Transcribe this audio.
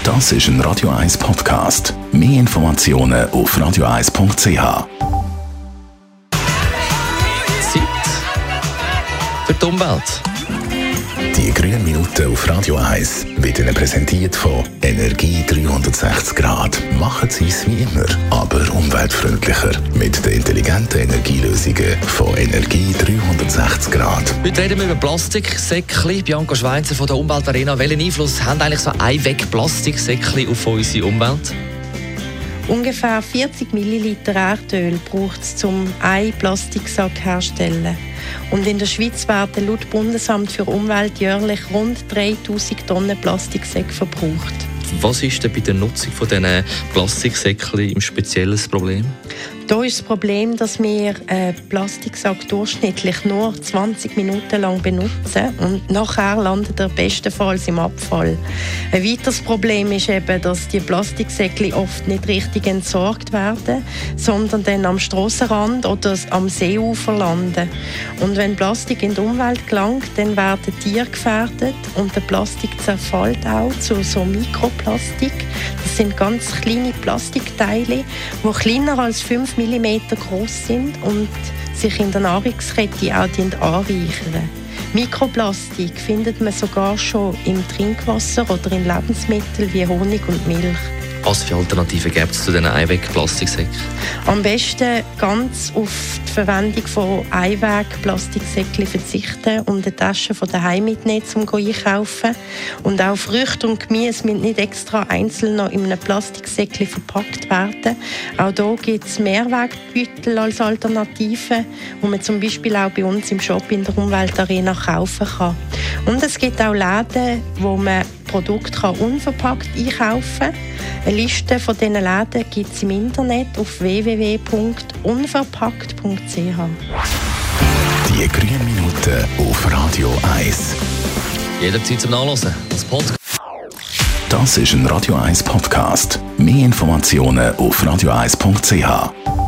Das ist ein Radio 1 Podcast. Mehr Informationen auf radio1.ch. Zeit für die Umwelt. Die grünen Minuten auf Radio 1 wird Ihnen präsentiert von Energie 360 Grad. Machen Sie es wie immer, aber umweltfreundlicher. Mit den intelligenten Energielösungen von Energie 360 Grad. Heute reden wir über Plastiksäckchen. Bianca Schweizer von der Umweltarena. Welchen Einfluss haben eigentlich so Einweg-Plastiksäckchen auf unsere Umwelt? Ungefähr 40 Milliliter Erdöl braucht es, um einen Plastiksack herzustellen. Und in der Schweiz werden laut Bundesamt für Umwelt jährlich rund 3000 Tonnen Plastiksäcke verbraucht. Was ist denn bei der Nutzung von diesen Plastiksäckchen im spezielles Problem? Da ist das Problem, dass wir einen Plastiksack durchschnittlich nur 20 Minuten lang benutzen und nachher landet er bestenfalls im Abfall. Ein weiteres Problem ist eben, dass die Plastiksäckchen oft nicht richtig entsorgt werden, sondern dann am Strassenrand oder am Seeufer landen. Und wenn Plastik in die Umwelt gelangt, dann werden Tiere gefährdet und der Plastik zerfällt auch zu so Mikroplastik. Das sind ganz kleine Plastikteile, die kleiner als 5 mm groß sind und sich in der Nahrungskette auch anreichern. Mikroplastik findet man sogar schon im Trinkwasser oder in Lebensmitteln wie Honig und Milch. Was für Alternativen gibt es zu diesen Einweg-Plastiksäcken? Am besten ganz auf die Verwendung von Einweg-Plastiksäckchen verzichten und eine Tasche von daheim mitnehmen, um einkaufen. Und auch Früchte und Gemüse müssen nicht extra einzeln noch in einem Plastiksäckchen verpackt werden. Auch hier gibt es Mehrwegbeutel als Alternative, die man zum Beispiel auch bei uns im Shop in der Umweltarena kaufen kann. Und es gibt auch Läden, wo man Produkte unverpackt einkaufen kann. Eine Liste von diesen Läden gibt es im Internet auf www.unverpackt.ch. Die grünen Minuten auf Radio 1. Jederzeit zum Nachlesen als Podcast. Das ist ein Radio 1 Podcast. Mehr Informationen auf radio1.ch.